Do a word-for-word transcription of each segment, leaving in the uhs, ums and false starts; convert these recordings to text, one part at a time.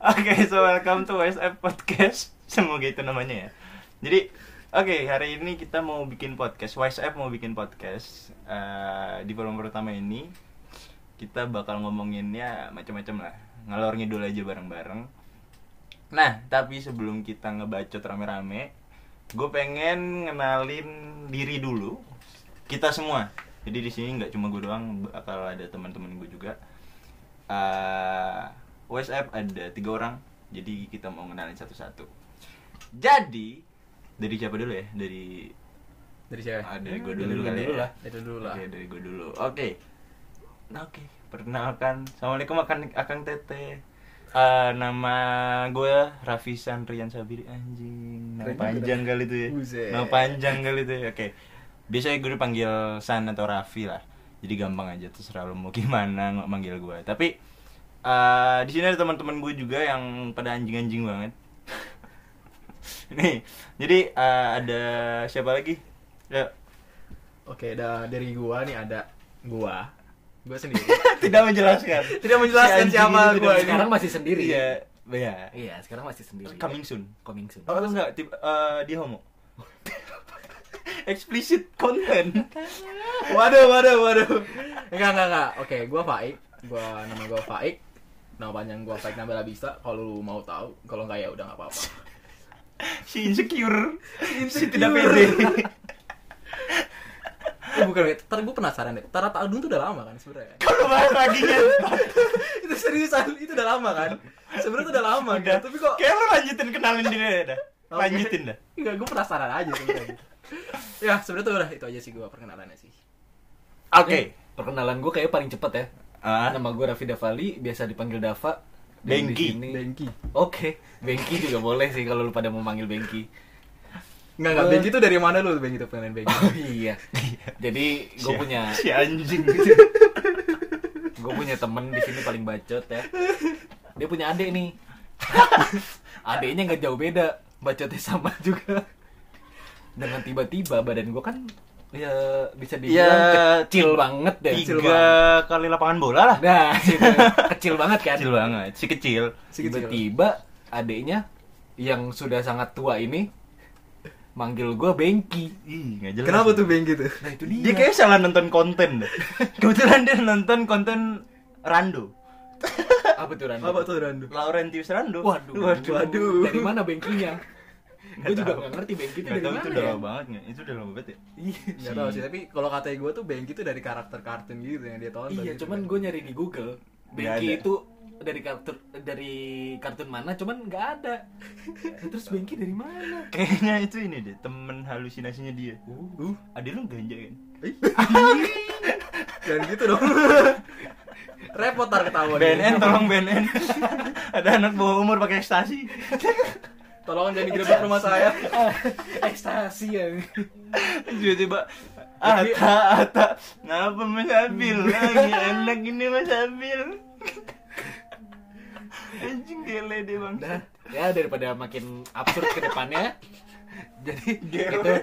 Oke, okay, so welcome to W S F Podcast. Semoga itu namanya ya. Jadi, oke, okay, hari ini kita mau bikin podcast. W S F mau bikin podcast. Uh, di forum pertama ini kita bakal ngomonginnya macam-macam lah. Ngalor ngidul aja bareng-bareng. Nah, tapi sebelum kita ngebacot rame-rame, gue pengen ngenalin diri dulu. Kita semua. Jadi di sini nggak cuma gue doang, bakal ada teman-teman gue juga. Uh, W S F ada tiga orang, jadi kita mau ngenalin satu-satu. Jadi dari siapa dulu ya? Dari dari siapa? Ah, dari gue dulu, dulu, dulu kali dulu ya. lah. Dari dulu lah. Oke, dari gue dulu. Oke. Nah, oke. Perkenalkan, assalamualaikum akang akang Tete. Uh, nama gue Raffi Sandrian Sabiri. Anjing, nama panjang kali itu ya. Buset. Nama panjang kali itu ya. Oke. Biasanya gue dipanggil San atau Raffi lah. Jadi gampang aja, terserah lo mau gimana nggak manggil gue. Tapi Uh, di sini ada teman-teman gue juga yang pada anjing-anjing banget. Nih, jadi uh, ada siapa lagi? Ya. Oke, da, dari gua nih ada gua. Gua sendiri. Tidak menjelaskan. Tidak menjelaskan Si siapa ini gua. tidak- Sekarang masih sendiri. Iya, iya. Iya, sekarang masih sendiri. Coming soon. Coming soon. Oh, enggak, tip, uh, dia homo. Explicit content. Waduh, waduh, waduh. Enggak, enggak, enggak. Oke, gua Faik. Gua nama gua Faik. Nama panjang gua Faik Nabila Bisa. Kalau lu mau tahu, kalau enggak ya udah enggak apa-apa. Si insecure. Si Insecure. tidak pede. Eh, bukan, ntar gua penasaran deh. Tara Tadun tuh udah lama kan sebenarnya. Kalau bahas lagi kan. Itu seriusan, itu udah lama kan? Sebenarnya tuh udah lama Udah. gitu. Tapi kok Kayak lu lanjutin kenalin diri aja dah. Oke. Lanjutin dah. Enggak, gua penasaran aja sebenarnya. Ya, sebenarnya tuh udah itu aja sih gua perkenalannya sih. Oke. Perkenalan gue kayak paling cepet ya. Ah, Nama gue Raffi Davali, biasa dipanggil Dava. Dan Bengki. di sini- Bengki. Oke, Bengki juga boleh sih kalau lu pada mau manggil Bengki. Enggak, enggak. Gua- Bengki tuh dari mana lu Bengki tuh pengen Bengki? Oh iya. Jadi gue Si- punya si anjing. gue punya temen di sini paling bacot ya. Dia punya adik nih. Adiknya nggak jauh beda, bacotnya sama juga. Dengan tiba-tiba badan gue kan ya bisa dibilang Ya, kecil banget deh. Kecil banget. Tiga kali lapangan bola lah. Nah, itu kecil banget kan. Kecil banget, si kecil. Si kecil. Tiba-tiba adiknya yang sudah sangat tua ini manggil gue Bengki. Ih, nggak jelas. Kenapa tuh Bengki tuh? Nah itu dia. Dia kayak salah nonton konten deh. Kebetulan dia nonton konten Rando. Apa tuh Randu? Apa tuh Randu? Laurentius Rando. Waduh, waduh. waduh. Dari mana Bengkinya? Gue juga nggak ngerti Bengki itu Nggak dari tahu mana itu udah ya. lama banget nggak? Itu udah lama banget ya. Iya. Enggak tahu sih, tapi kalau kata gue tuh Bengki tuh dari karakter kartun gitu yang dia tonton. Iya, gitu cuman kan. gue nyari di Google Nggak Bengki ada. itu dari kartun dari kartun mana, cuman nggak ada. Terus Bengki dari mana? Kayaknya itu ini deh, temen halusinasinya dia. Uh, Adik lu ganja kan? jangan gitu dong. Repot tar ketahuan. B N N tolong B N N. Ada anak bawah umur pakai ekstasi. Tolong jangan digerebek rumah saya. Ekstasi ya. Tiba-tiba Ata, Ata, ngapa Mas Abil? Lagi enak ini Mas Abil. Anjing gele deh bang. Dah, ya daripada makin absurd ke depannya. Jadi Gele. itu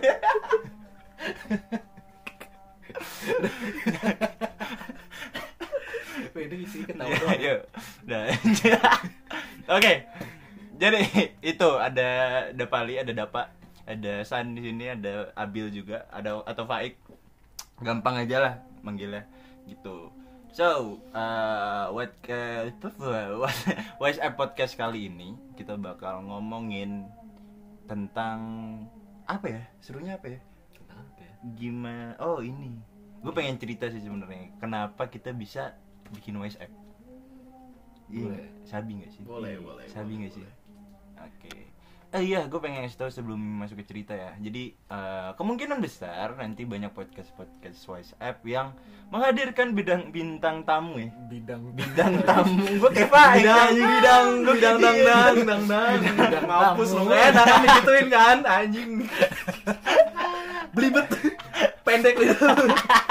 Pede sih ketawa Ya, doang. yuk. Udah. Oke. Jadi itu ada Dapali, ada Dapa, ada San di sini, ada Abil juga, ada atau Faik. Gampang aja lah manggilnya gitu. So, uh, what ke itu W S F podcast kali ini kita bakal ngomongin tentang apa ya? Serunya apa ya? Kenapa ya? Gimana? Oh, ini. Gue pengen cerita sih sebenarnya. Kenapa kita bisa bikin W S F? Iya, Boleh. sabi nggak sih? Boleh, Iya, boleh, Sabi boleh, nggak sih? boleh. Oke. Eh iya, gue pengen ngasih tahu sebelum masuk ke cerita ya. Jadi eh, kemungkinan besar nanti banyak podcast podcast W S F yang menghadirkan bidang bintang tamu ya. Bidang Bidang tamu. Gue kayak Pak. Bidang, bidang, Lu bidang, kayak dang, dia. dang, dang, dang. Bidang Mampus tamu. lu, enak kan digituin kan, anjing. Belibet, pendek lidah lu,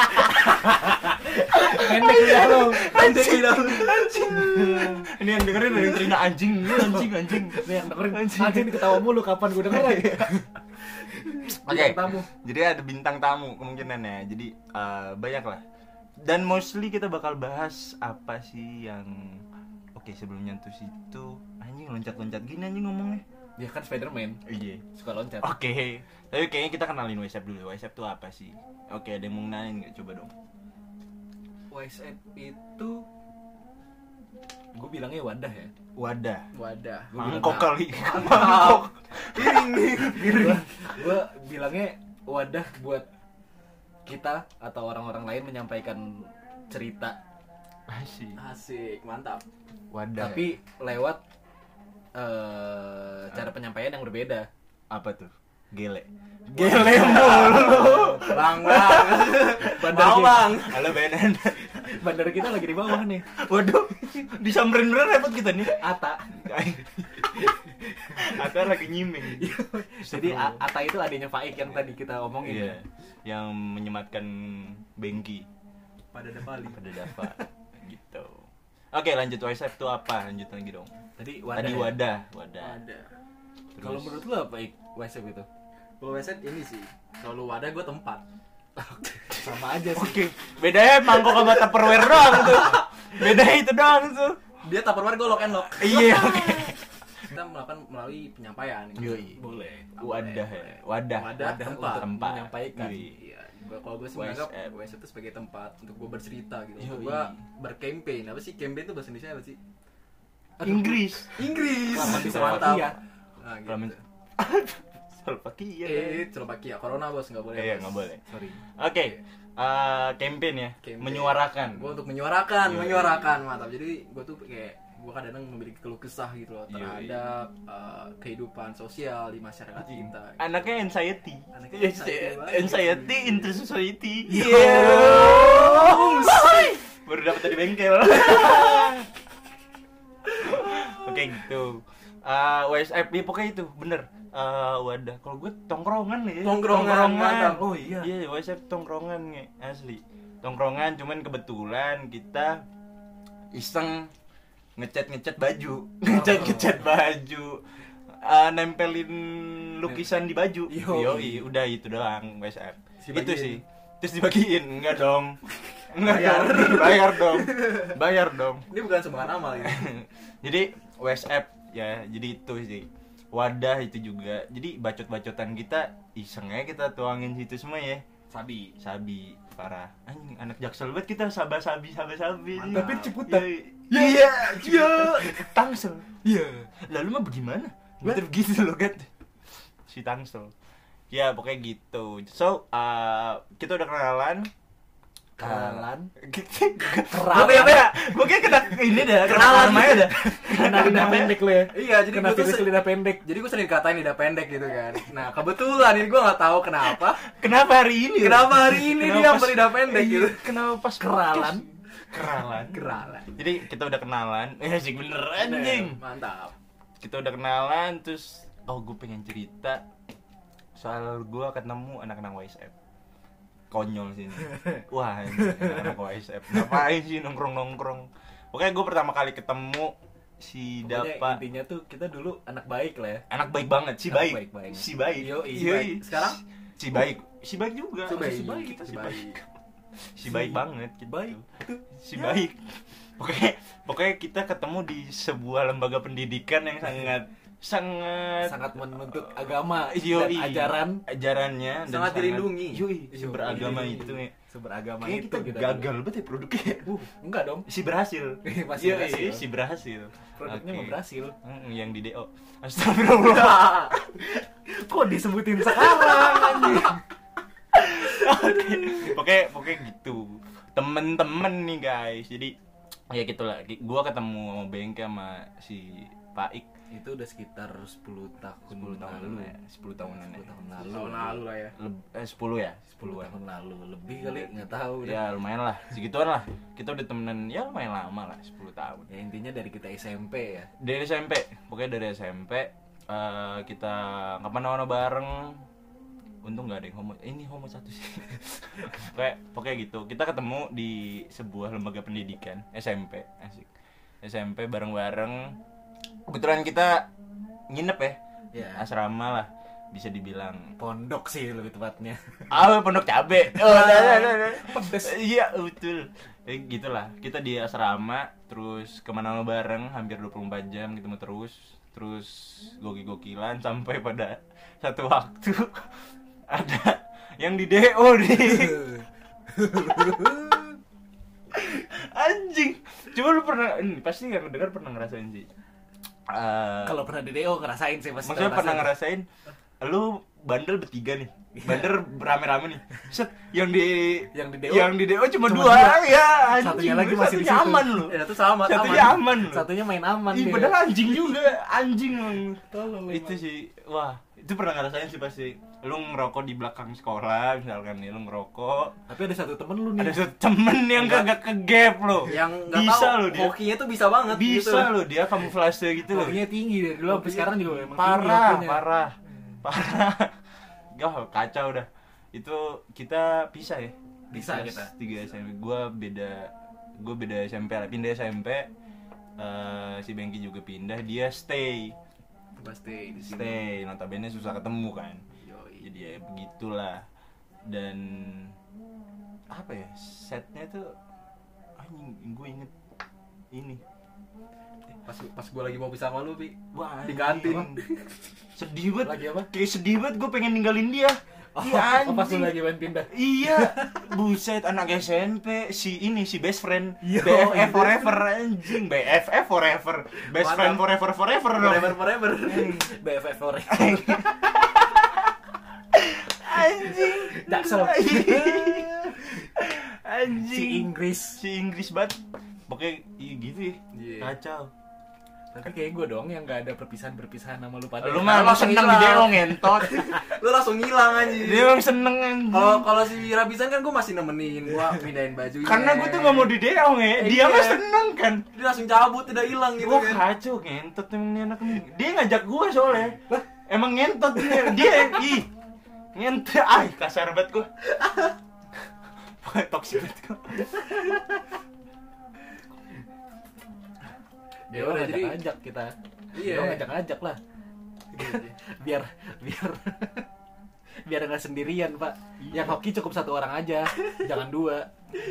pendek ya lo. pendek lidah lu. Ini yang dengerin dari telinga anjing, lu anjing anjing. Nih yang dengerin anjing ketawa mulu kapan gue dengerin. Oke. Bintang tamu. Jadi ada bintang tamu kemungkinannya. Jadi eh, banyak lah. Dan mostly kita bakal bahas apa sih yang Oke, sebelum nyentuh situ, anjing loncat-loncat gini anjing ngomongnya. Dia kan Spiderman, Iya. suka loncat. Oke, tapi kayaknya kita kenalin WhatsApp dulu. WhatsApp tuh apa sih? Oke, ada yang mau nanya nggak? Coba dong. WhatsApp itu gue bilangnya wadah ya. Wadah. Wadah. Gua bilang Mangkok nah. kali. Mangkok. Piring nih. Gua, gua bilangnya wadah buat kita atau orang-orang lain menyampaikan cerita, Asik. Asik, mantap. Wadah. tapi lewat eh, cara penyampaian yang berbeda. apa tuh? Gele. Gele mulu. Bang, bang. Bandar Mau, kita- Bang. Halo Benan. Bandar kita lagi di bawah nih. Waduh, disamperin beneran repot kita nih. Ata. Atau lagi nyimeng. Jadi A- Ata itu adanya Faik yang tadi kita omongin. Iya, Ya. yang menyematkan Bengki Pada ada paling. pada Dava gitu. Oke, lanjut WhatsApp tuh apa? Lanjut lagi dong. Tadi wadah. Tadi ya? wadah, wadah. Ada. Terus, Kalau menurut lu apa Ik, WhatsApp itu? Kalau website ini sih, kalau wadah gue tempat. Sama aja sih. Oke, bedanya mangkok sama Tupperware doang tuh. Beda itu doang tuh. Dia Tupperware gue lock and lock. Iya, oke. Kita melakukan melalui penyampaian. Yoi. Boleh. Wadah ya. Wadah. Wadah, Wadah tempat. untuk Tempat. menyampaikan. Yoi. Iya, gua kalau gue sih menganggap WhatsApp. WhatsApp itu sebagai tempat untuk gue bercerita gitu. Yoi. Untuk gue bercampaign. Apa sih campaign itu bahasa Indonesia apa sih? Inggris. Inggris. Wah, masih Mantap. Slovakia. Nah, gitu. Kalau Slovakia. Eh, Slovakia. Corona bos nggak boleh. Iya, Bos. nggak boleh. Sorry. Oke, eh, campaign ya, Campaign. menyuarakan. Gue untuk menyuarakan, Yoi. menyuarakan mantap. Jadi gue tuh kayak gue kadang memiliki keluh kesah gitu loh Yoi. terhadap uh, kehidupan sosial di masyarakat kita. Anaknya anxiety. Anaknya Yes, anxiety banget. anxiety into society. Iya. Baru dapat dari bengkel. Oke gitu. Eh, WhatsApp ya, pokoknya itu bener. Eh, wadah. Kalau gue tongkrongan ya. Tongkrongan, mantap. Oh iya. Iya, WhatsApp tongkrongan nge, asli. Tongkrongan cuman kebetulan kita iseng ngecat ngecat baju, ngecat ngecat baju, Eh, nempelin lukisan di baju. Yoi. Yoi, udah itu doang WhatsApp. Si Itu bagiin. sih. Terus dibagiin, enggak dong. Enggak Bayar. dong. Bayar dong. Bayar dong. Ini bukan sembarangan amal ini. Jadi WhatsApp ya, jadi itu sih. Wadah itu juga. Jadi bacot-bacotan kita iseng aja kita tuangin situ semua ya. Sabi. Sabi parah. Anjing anak Jaksel banget kita sabah-sabi sabah-sabi. Mantap. Tapi Ciputat. Iya, iya, iya. Tangsel. Iya. Lalu mah bagaimana? Betul begitu loh kan. Si Tangsel. Ya pokoknya gitu. So, uh, kita udah kenalan. Kenalan. Kenalan. Gue kira gue kira kena ini dah. Kenalan. Kenalan aja dah. Kena lidah pendek lu ya. Iya, jadi Kena gue tuh virus se- lidah pendek. Jadi gue sering dikatain lidah pendek gitu kan. Nah kebetulan ini gue nggak tahu kenapa. Kenapa hari ini? Kenapa hari ini Kenapa dia pas- berlidah pendek Iya, gitu? Kenapa pas Keralan. Keralan. Keralan. Jadi kita udah kenalan. Eh sih bener anjing. Mantap. Kita udah kenalan terus oh gue pengen cerita soal gue ketemu anak-anak WhatsApp. Konyol sih ini. Wah, ini anak WhatsApp. Ngapain sih nongkrong-nongkrong? Pokoknya gue pertama kali ketemu si Pokoknya Dapa. intinya tuh kita dulu anak baik lah ya. Anak baik banget, si Anak baik. baik banget. Si baik. Yoi. Yoi. Sekarang? si baik. Si baik juga. Si baik. Si baik kita si Si baik. baik. Si baik banget gitu. Baik. Si baik. Pokoknya pokoknya kita ketemu di sebuah lembaga pendidikan yang sangat sangat Sangat menuntut agama Yoi. dan ajaran ajarannya dan Sangat dilindungi. Yoi, Yoi, beragama dilindungi. itu ya. seberagama Kayaknya itu kita gitu. gagal banget ya produknya. Uh, enggak dong. Si berhasil. Masih Yoi, berhasil. si berhasil. Produknya Oke. mau berhasil. Hmm, yang di D O. Astagfirullah. Kok disebutin sekarang anjing? Oke. Pokoknya pokoknya gitu. Temen-temen nih guys. Jadi ya gitulah. Gua ketemu sama Bengke sama si Paik Itu udah sekitar sepuluh tahun sepuluh tahun lalu ya, sepuluh tahunan ya. sepuluh tahun lalu. Tahun lalu lah ya. Leb- eh sepuluh ya, sepuluh sepuluhan. tahun lalu. Lebih kali enggak tahu deh. Ya lumayan lah, segituan lah. Kita udah temenan ya lumayan lama lah, sepuluh tahun. Ya intinya dari kita S M P ya. Dari S M P, pokoknya dari S M P eh, kita kapan-kapan bareng. Untung nggak ada yang homo. Ini homo satu sih. Kayak pokoknya gitu. Kita ketemu di sebuah lembaga pendidikan S M P, asik. S M P bareng-bareng. Kebetulan kita nginep ya, Ya. asrama lah. bisa dibilang Pondok sih lebih tepatnya. ah pondok cabe. Oh, nah, nah, nah. Pedes. Iya, betul. Eh, gitulah. Kita di asrama terus kemana-mana bareng hampir dua puluh empat jam ketemu terus. Terus goki-gokilan sampai pada satu waktu ada yang di D O nih. Anjing. Coba lu pernah ini pasti yang dengar pernah ngerasain sih. Uh, Kalau pernah di D O ngerasain sih pasti. Maksudnya pernah ngerasain lu bandel bertiga nih. Bandel rame-rame nih. Set, yang di yang di D O yang di D O cuma, cuma dua. dua. Ya, anjing. Satunya lagi masih satunya di situ. aman lu. Ya itu sama, Satunya aman. aman lu. Satunya main aman Ih, dia. padahal anjing juga, anjing emang. Tolong, Itu sih, wah, itu pernah ngerasain sih pasti. Lu ngerokok di belakang sekolah, misalkan nih lu ngerokok. Tapi ada satu temen lu nih. Ada satu temen yang kagak ke-gap lo. Yang nggak bisa tahu lo dia. hokinya tuh bisa banget Bisa gitu. lo dia kamuflase gitu loh. Hokinya tinggi dari dulu sampai sekarang juga emang tinggi Parah, hokinya. parah. Parah. Gah, kacau dah. Itu kita pisah ya. Pisah Kelas kita. tiga S M P. Gua beda gua beda S M P lah. Pindah S M P. Eh, si Bengki juga pindah, dia stay. Pasti di sini. Stay, notabene susah ketemu kan. Yoi. Jadi ya begitulah. Dan apa ya? Setnya tuh anjing, gue inget ini. Pas pas gue lagi mau pisah sama lu, Pi. Wah, Di kantin. anjing. Sedih banget. Lagi apa? Kayak sedih banget gue pengen ninggalin dia. Oh, Iya, oh, pas lu anjing. lagi main pindah. Iya, buset anak S M P si ini si best friend Iya, B F F iya. forever anjing B F F forever best Mantap. friend forever forever dong. Forever forever. B F F Forever. Anjing. Jaksel. Anjing. Si Inggris. Si Inggris banget. Pokoknya iya gitu ya. Iya. Kacau. Tapi kayak gue doang yang gak ada perpisahan-perpisahan sama lu pada. Lu mah lu langsung seneng di hilang. Deo ngentot. Lu langsung ngilang anjir. Dia emang seneng anjing. Kalau kalau si Rabisan kan gue masih nemenin, gue pindahin bajunya. Karena gue tuh gak mau di Deong ya. Dia Iya. mah seneng kan. Dia langsung cabut, udah hilang gitu Gua kan. kacau ngentot emang nih anak ini. Dia ngajak gua soalnya. Lah, emang ngentot dia. Dia ih. Ngentot. Ay, kasar banget gua. Wah, toksik banget gua. Dia Ya udah, ngajak jadi- ajak kita. Iya. Dia ngajak ajak lah. biar biar biar nggak sendirian pak. Yang hoki cukup satu orang aja, jangan dua.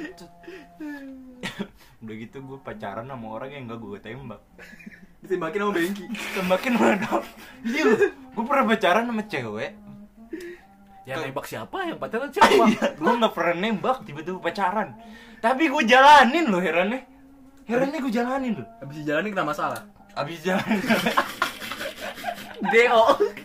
Udah gitu gua pacaran sama orang yang enggak gua tembak. Ditembakin sama Bengki. Tembakin mana dong? Iya lu. Gua pernah pacaran sama cewek. Yang nembak siapa? Yang pacaran siapa? Iya, gua enggak pernah nembak, tiba-tiba pacaran. Tapi gua jalanin loh herannya. Herannya gua jalanin loh. Habis dijalanin kena masalah. Abis jalan. D O.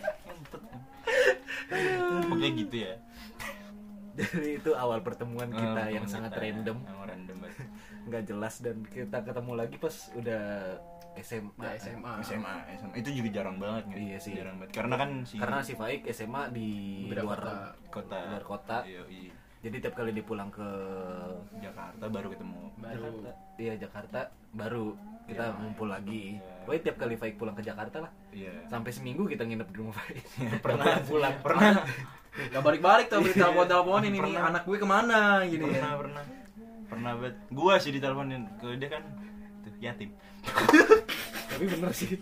Pokoknya gitu ya. Jadi itu awal pertemuan kita Eh, yang sangat kita random, yang random banget. nggak jelas, dan kita ketemu lagi pas udah S M A. Nah, S M A. S M A, S M A itu juga jarang banget kan? Iya sih. Jarang banget. Karena kan si Karena si Faik S M A di Beda luar kota. kota luar kota. Iya, iya. Jadi tiap kali dia pulang ke Jakarta baru ketemu. Jakarta, iya Jakarta baru kita Iya. ngumpul lagi. Iya. Pokoknya tiap kali Faik pulang ke Jakarta lah, Iya. sampai seminggu kita nginep di rumah Faik. Pernah pulang. Pernah. Gak balik-balik tuh, beli telepon-teleponin ini Pernah. anak gue kemana gini Pernah, ya. pernah. Pernah banget. Gua sih diteleponin ke dia kan tuh yatim. Tapi bener sih.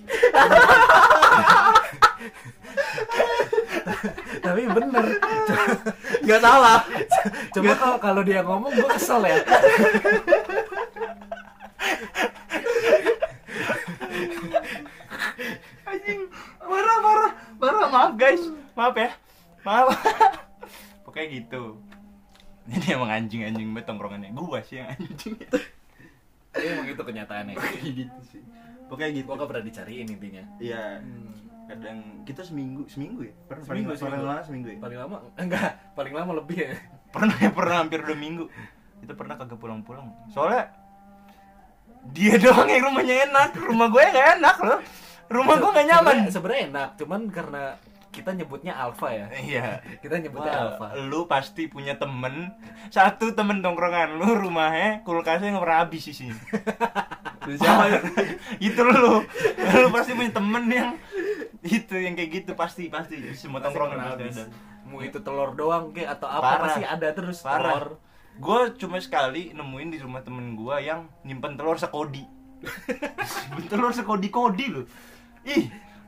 Tapi bener. Gak salah. Coba kalau kalau dia ngomong gue kesel ya. Anjing, marah marah. Marah, maaf guys. Maaf ya. Maaf. Pokoknya gitu. Ini emang anjing-anjing banget tongkrongannya. Gua sih yang anjing. Tapi emang itu kenyataannya. gitu sih. Pokoknya gitu. Gue gak pernah dicariin intinya. Iya. Kadang kita seminggu, seminggu ya? Pernah Seminggu, paling, paling seminggu. lama seminggu ya? Paling lama enggak, paling lama lebih ya. Pernah ya, pernah hampir dua minggu. Kita pernah kagak pulang-pulang. Soalnya dia doang yang rumahnya enak, rumah gue nggak enak loh. Rumah gue nggak nyaman. Sebenarnya- Sebenarnya enak, cuman karena kita nyebutnya alfa ya. Iya. Kita nyebutnya Wah, alfa. lu pasti punya temen, satu temen tongkrongan lu rumahnya kulkasnya nggak pernah habis isinya. Dari siapa ya? Itu lu, lu pasti punya temen yang itu yang kayak gitu pasti pasti semua Pasti tongkrongan pernah pasti habis. ada. Mau itu telur doang kek atau apa Parah. pasti ada terus Parah. telur. Gue cuma sekali nemuin di rumah temen gue yang nyimpen telur sekodi. Nyimpen telur sekodi-kodi loh. Ih,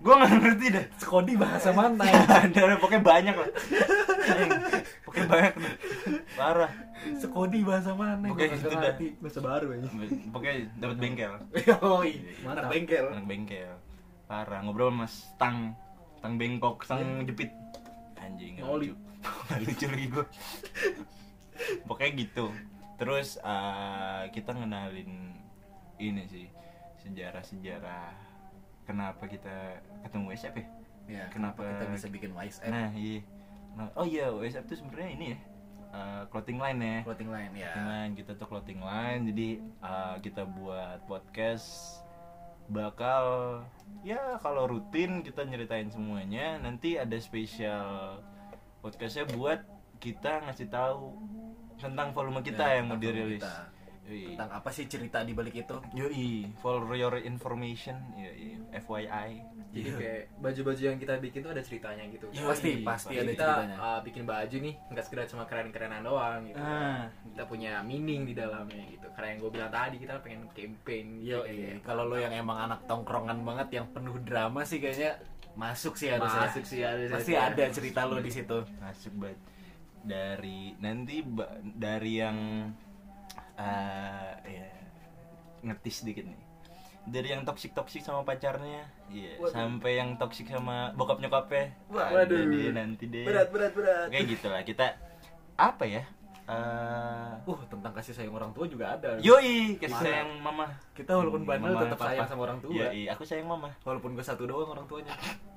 Gue nggak ngerti dah. Skodi bahasa mana? Ada pokoknya banyak lah. Pokoknya banyak dah. Parah. Skodi bahasa mana? Oke, Gua itu kagak dah. ngerti. Bahasa baru aja. Pokoknya dapat bengkel. Yoi, Mantap. anak bengkel. Anak bengkel. Parah, ngobrol sama stang, stang bengkok, stang jepit. Anjing, nggak Oli. lucu. Nggak lucu lagi gue. Pokoknya gitu. Terus uh, kita ngenalin ini sih, sejarah-sejarah kenapa kita ketemu W S F ya? Ya, Kenapa- kenapa kita bisa bikin W S F? Nah, iya. Nah, oh iya, W S F tuh sebenarnya ini ya. uh, clothing line ya. Clothing line ya. Clothing line, kita tuh clothing line. Jadi uh, kita buat podcast bakal ya kalau rutin kita nyeritain semuanya. Nanti ada spesial podcastnya buat kita ngasih tahu tentang volume kita Ya, yang mau tentang volume dirilis. kita. Yoi. Tentang apa sih cerita di balik itu? Yoi, for your information, yoi, F Y I. Jadi kayak baju-baju yang kita bikin tuh ada ceritanya gitu. Yoi, pasti pasti Jadi ada kita ceritanya. uh, bikin baju nih nggak sekedar cuma keren-kerenan doang gitu. Ah, Kita punya meaning di dalamnya gitu. Karena yang gue bilang tadi kita pengen campaign. Yo, Kayak- kalau lo yang emang anak tongkrongan banget yang penuh drama sih kayaknya masuk sih harusnya. Masuk sih harusnya. Pasti ada cerita lo di situ. masuk banget. Dari nanti ba- dari yang uh, ya ngetis dikit nih. Dari yang toksik toksik sama pacarnya, iya, Waduh. sampai yang toksik sama bokap nyokapnya. Waduh. Ada deh, nanti deh. Berat berat berat. Kayak gitulah kita apa ya? Uh, Uh, tentang kasih sayang orang tua juga ada. yoi, kasih Mantap. sayang mama. Kita walaupun bandel Mama, tetap papa. sayang sama orang tua. Iya, iya, aku sayang mama. Walaupun gue satu doang orang tuanya.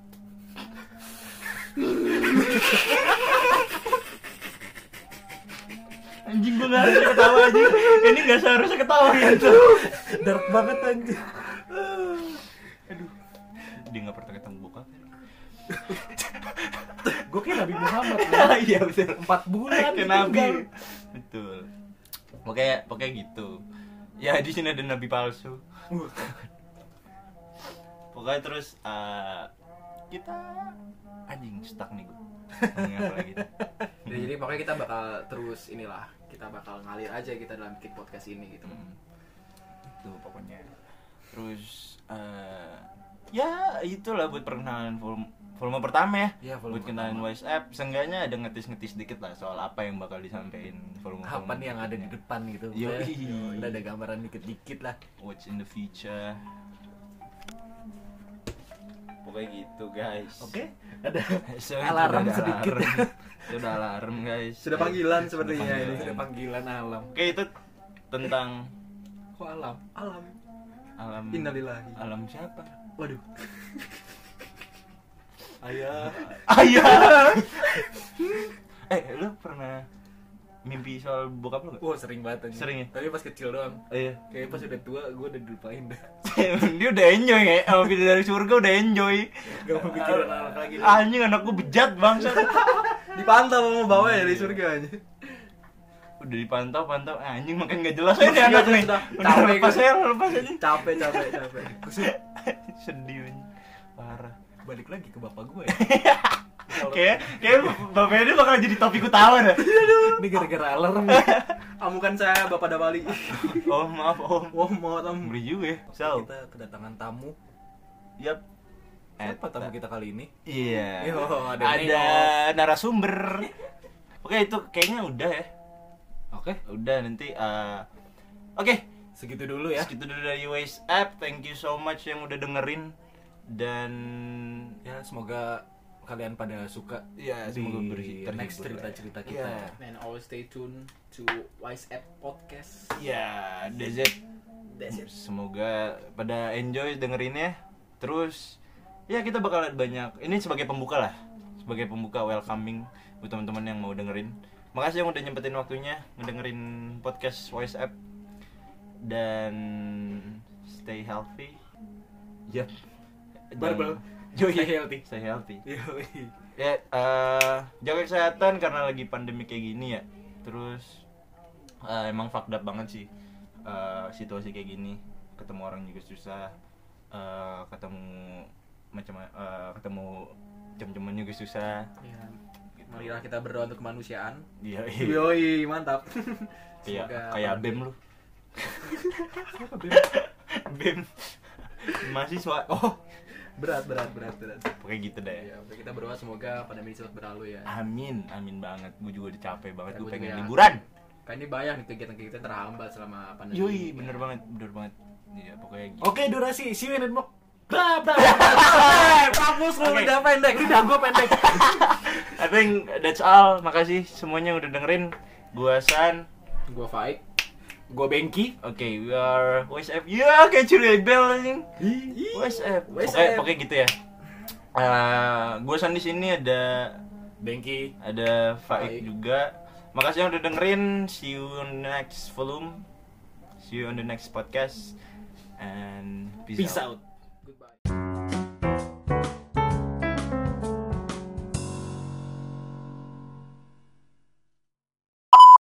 Anjing gua nggak harusnya ketawa anjing. Ini nggak seharusnya ketawa gitu. Dark banget anjir. Aduh, dia nggak pernah ketemu bokap. Gue kayak Nabi Muhammad. Iya betul. Empat bulan Kayak nabi. Betul. Pokoknya pokoknya gitu. Ya di sini ada nabi palsu. Pokoknya terus uh, kita anjing stuck nih gue. Ngomongin apa lagi? Ya, jadi pokoknya kita bakal terus inilah, kita bakal ngalir aja kita dalam bikin podcast ini gitu. Hmm. Itu pokoknya. Terus uh, ya itulah buat perkenalan volume, volume pertama ya. Iya, volume buat kenalin pertama. WhatsApp. Seenggaknya ada ngetis-ngetis dikit lah soal apa yang bakal disampaikan volume. Apa nih yang ada di depan gitu. Yoi. Ya, udah ada gambaran dikit-dikit lah. What's in the future. Pokoknya gitu guys. Oke, ada So, alarm itu udah sedikit. alarm. Sudah alarm guys. Sudah panggilan Sudah sepertinya panggilan. ini. Ada panggilan alam. Oke itu tentang Kok alam? Alam. alam. Innalillahi. Alam siapa? Waduh. Ayah. Ayah. eh lu pernah mimpi soal bokap lu gak? Wah, sering banget anjir. Sering ya? Tapi pas kecil doang. Oh, iya. Kayaknya pas udah tua gue udah dilupain dah. Dia udah enjoy ya, sama video dari surga udah enjoy. Gak mau pikiran anak lagi. Anjing anakku bejat bangsa. Dipantau sama bawah ya dari surga aja. Udah dipantau pantau anjing makin gak jelas aja nih anak nih. Sudah, Udah capek lepas gue. ya, lepas aja. Capek capek capek. Sedih anjing. Parah. Balik lagi ke bapak gue ya. Kayak kayak bapaknya ini bakal jadi topik utama dah. Ini gara-gara alarm. Amukan saya Bapak Dawali. Oh maaf om. Wah, mau tamu. Beri juga ya. So, Kita kedatangan tamu. yap. Siapa tamu kita kali ini? Iya. Yo, ada ada Neo. narasumber. Oke itu kayaknya udah ya. Oke, Udah nanti. eh, Oke. segitu dulu ya. Segitu dulu dari Waze App. Thank you so much yang udah dengerin dan Ya, semoga kalian pada suka ya di semoga bersih next cerita-cerita kita. Iya. And always stay tuned to Wise App Podcast. Ya, that's it. That's it. Semoga pada enjoy dengerinnya. Terus ya kita bakal banyak. Ini sebagai pembuka lah. Sebagai pembuka welcoming buat teman-teman yang mau dengerin. Makasih yang udah nyempetin waktunya ngedengerin podcast Voice App. Dan stay healthy. Yep. Barbel. Yo, Stay healthy. Stay healthy. Yoi. Ya, eh, jaga kesehatan karena lagi pandemi kayak gini ya. Terus eh, emang fucked up banget sih eh, situasi kayak gini. Ketemu orang juga susah. Eh, ketemu macam eh, ketemu jam-jaman juga susah. Ya, marilah kita berdoa untuk kemanusiaan. Iya, iya. Yoi, mantap. Kayak Semoga kayak pandemi- BEM lu. BEM. Mahasiswa. Oh, Berat, berat, berat, berat. Pokoknya gitu deh. Ya, oke, kita berdoa semoga pandemi cepat berlalu ya. Amin, amin banget. Gue juga udah capek banget. Ya, Gue gua pengen juga. liburan. Kan ini banyak nih kegiatan-kegiatan terhambat selama pandemi. Yoi, ini. bener banget, bener banget. Iya, pokoknya gitu. Oke, durasi see you in the box. Bla bla. Kampus lu Oke. udah pendek. Lidah gua pendek. I think that's all. Makasih semuanya udah dengerin. Gua San. Gua Faik. Gua Bengki. Oke, we are W S F. Ya, kayak curi bell anjing. W S F. W S F. Pokoknya, pokoknya gitu ya. Eh, gua San di sini ada Bengki. ada Faik Faik. juga. Makasih yang udah dengerin. See you on the next volume. See you on the next podcast. And peace, Peace out. out.